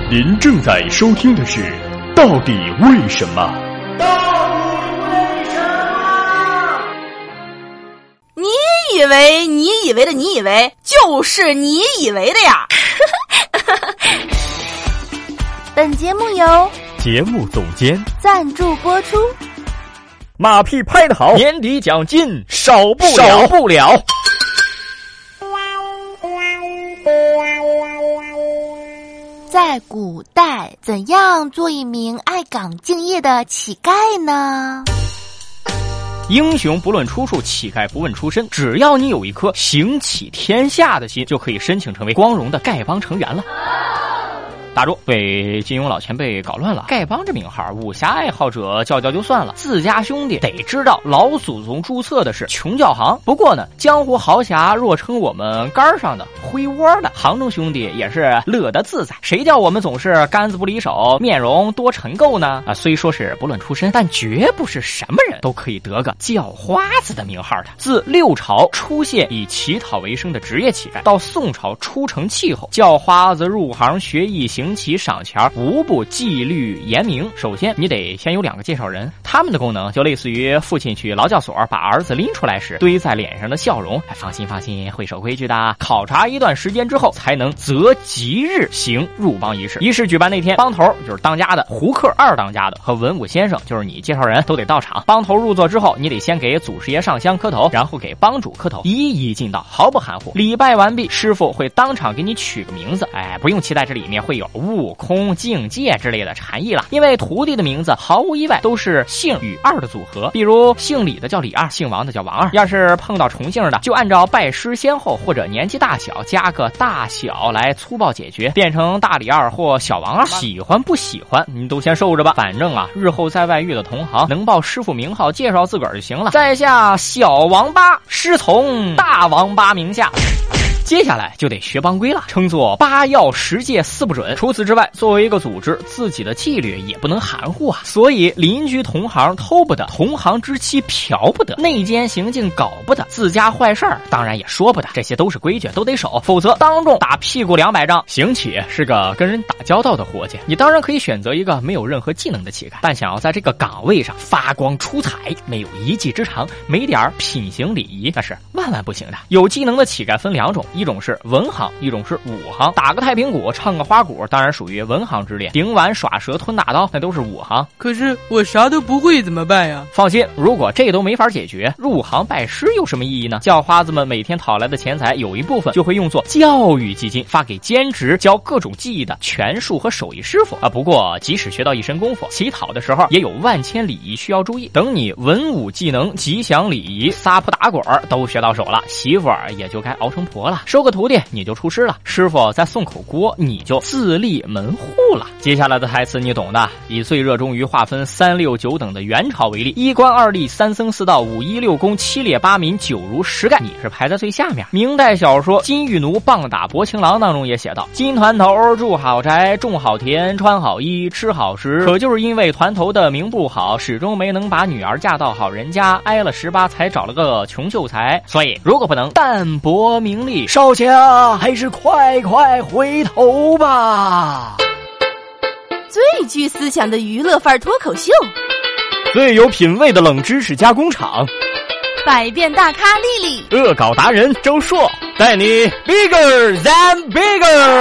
您正在收听的是《到底为什么》。 到底为什么？ 你以为的你以为就是你以为的呀。 本节目由节目总监赞助播出。 马屁拍得好，年底奖金少不了。 在古代，怎样做一名爱岗敬业的乞丐呢？ 英雄不论出处，乞丐不问出身，只要你有一颗行乞天下的心，就可以申请成为光荣的丐帮成员了。打住，被金庸老前辈搞乱了。丐帮这名号，武侠爱好者叫就算了，自家兄弟得知道老祖宗注册的是穷教行。不过呢，江湖豪侠若称我们杆上的灰窝的，行中兄弟也是乐得自在。谁叫我们总是杆子不离手，面容多陈垢呢？虽说是不论出身，但绝不是什么人都可以得个叫花子的名号的。自六朝出现以乞讨为生的职业乞丐，到宋朝初成气候，叫花子入行学艺行乞赏钱无不纪律严明。首先你得先有2个介绍人，他们的功能就类似于父亲去劳教所把儿子拎出来时堆在脸上的笑容，放心会守规矩的。考察一段时间之后，才能择吉日行入帮仪式。仪式举办那天，帮头就是当家的，胡客2当家的和文武先生就是你介绍人都得到场。帮头入座之后，你得先给祖师爷上香磕头，然后给帮主磕头，一一尽到，毫不含糊。礼拜完毕，师傅会当场给你取个名字，不用期待这里面会有悟空、境界之类的禅意了，因为徒弟的名字毫无意外都是姓与2的组合，比如姓李的叫李2，姓王的叫王2。要是碰到重姓的，就按照拜师先后或者年纪大小加个大小来粗暴解决，变成大李2或小王2。喜欢不喜欢你都先受着吧，反正日后在外遇的同行能报师傅名号介绍自个儿就行了。在下小王八，师从大王八名下。接下来就得学帮规了，称作8要10戒4不准。除此之外，作为一个组织，自己的纪律也不能含糊啊。所以邻居同行偷不得，同行之妻嫖不得，内奸行径搞不得，自家坏事儿当然也说不得，这些都是规矩，都得守，否则当众打屁股200仗。行乞是个跟人打交道的活计，你当然可以选择一个没有任何技能的乞丐，但想要在这个岗位上发光出彩，没有一技之长，没点品行礼仪，那是万万不行的。有技能的乞丐分2种，一种是文行，一种是武行。打个太平鼓，唱个花鼓，当然属于文行之列；顶碗耍蛇吞大刀，那都是武行。 可是我啥都不会怎么办呀？ 放心，如果这都没法解决，入行拜师有什么意义呢？叫花子们每天讨来的钱财，有一部分就会用作教育基金，发给兼职教各种技艺的拳术和手艺师傅不过即使学到一身功夫，乞讨的时候也有万千礼仪需要注意。等你文武技能、吉祥礼仪、撒泼打滚都学到手了，媳妇儿也就该熬成婆了。收个徒弟你就出师了，师傅再送口锅你就自立门户了。接下来的台词你懂的，以最热衷于划分3、6、9等的元朝为例，1官2吏3僧4道5衣6公7列8民9儒10丐，你是排在最下面。明代小说《金玉奴棒打薄情郎》当中也写道，金团头住好宅，种好田，穿好衣，吃好食，可就是因为团头的名不好，始终没能把女儿嫁到好人家，挨了18才找了个穷秀才。所以如果不能淡泊名利， 少侠还是快回头吧。 最具思想的娱乐范儿脱口秀， 最有品味的冷知识加工厂， 百变大咖丽丽， 恶搞达人周硕，带你 bigger than bigger。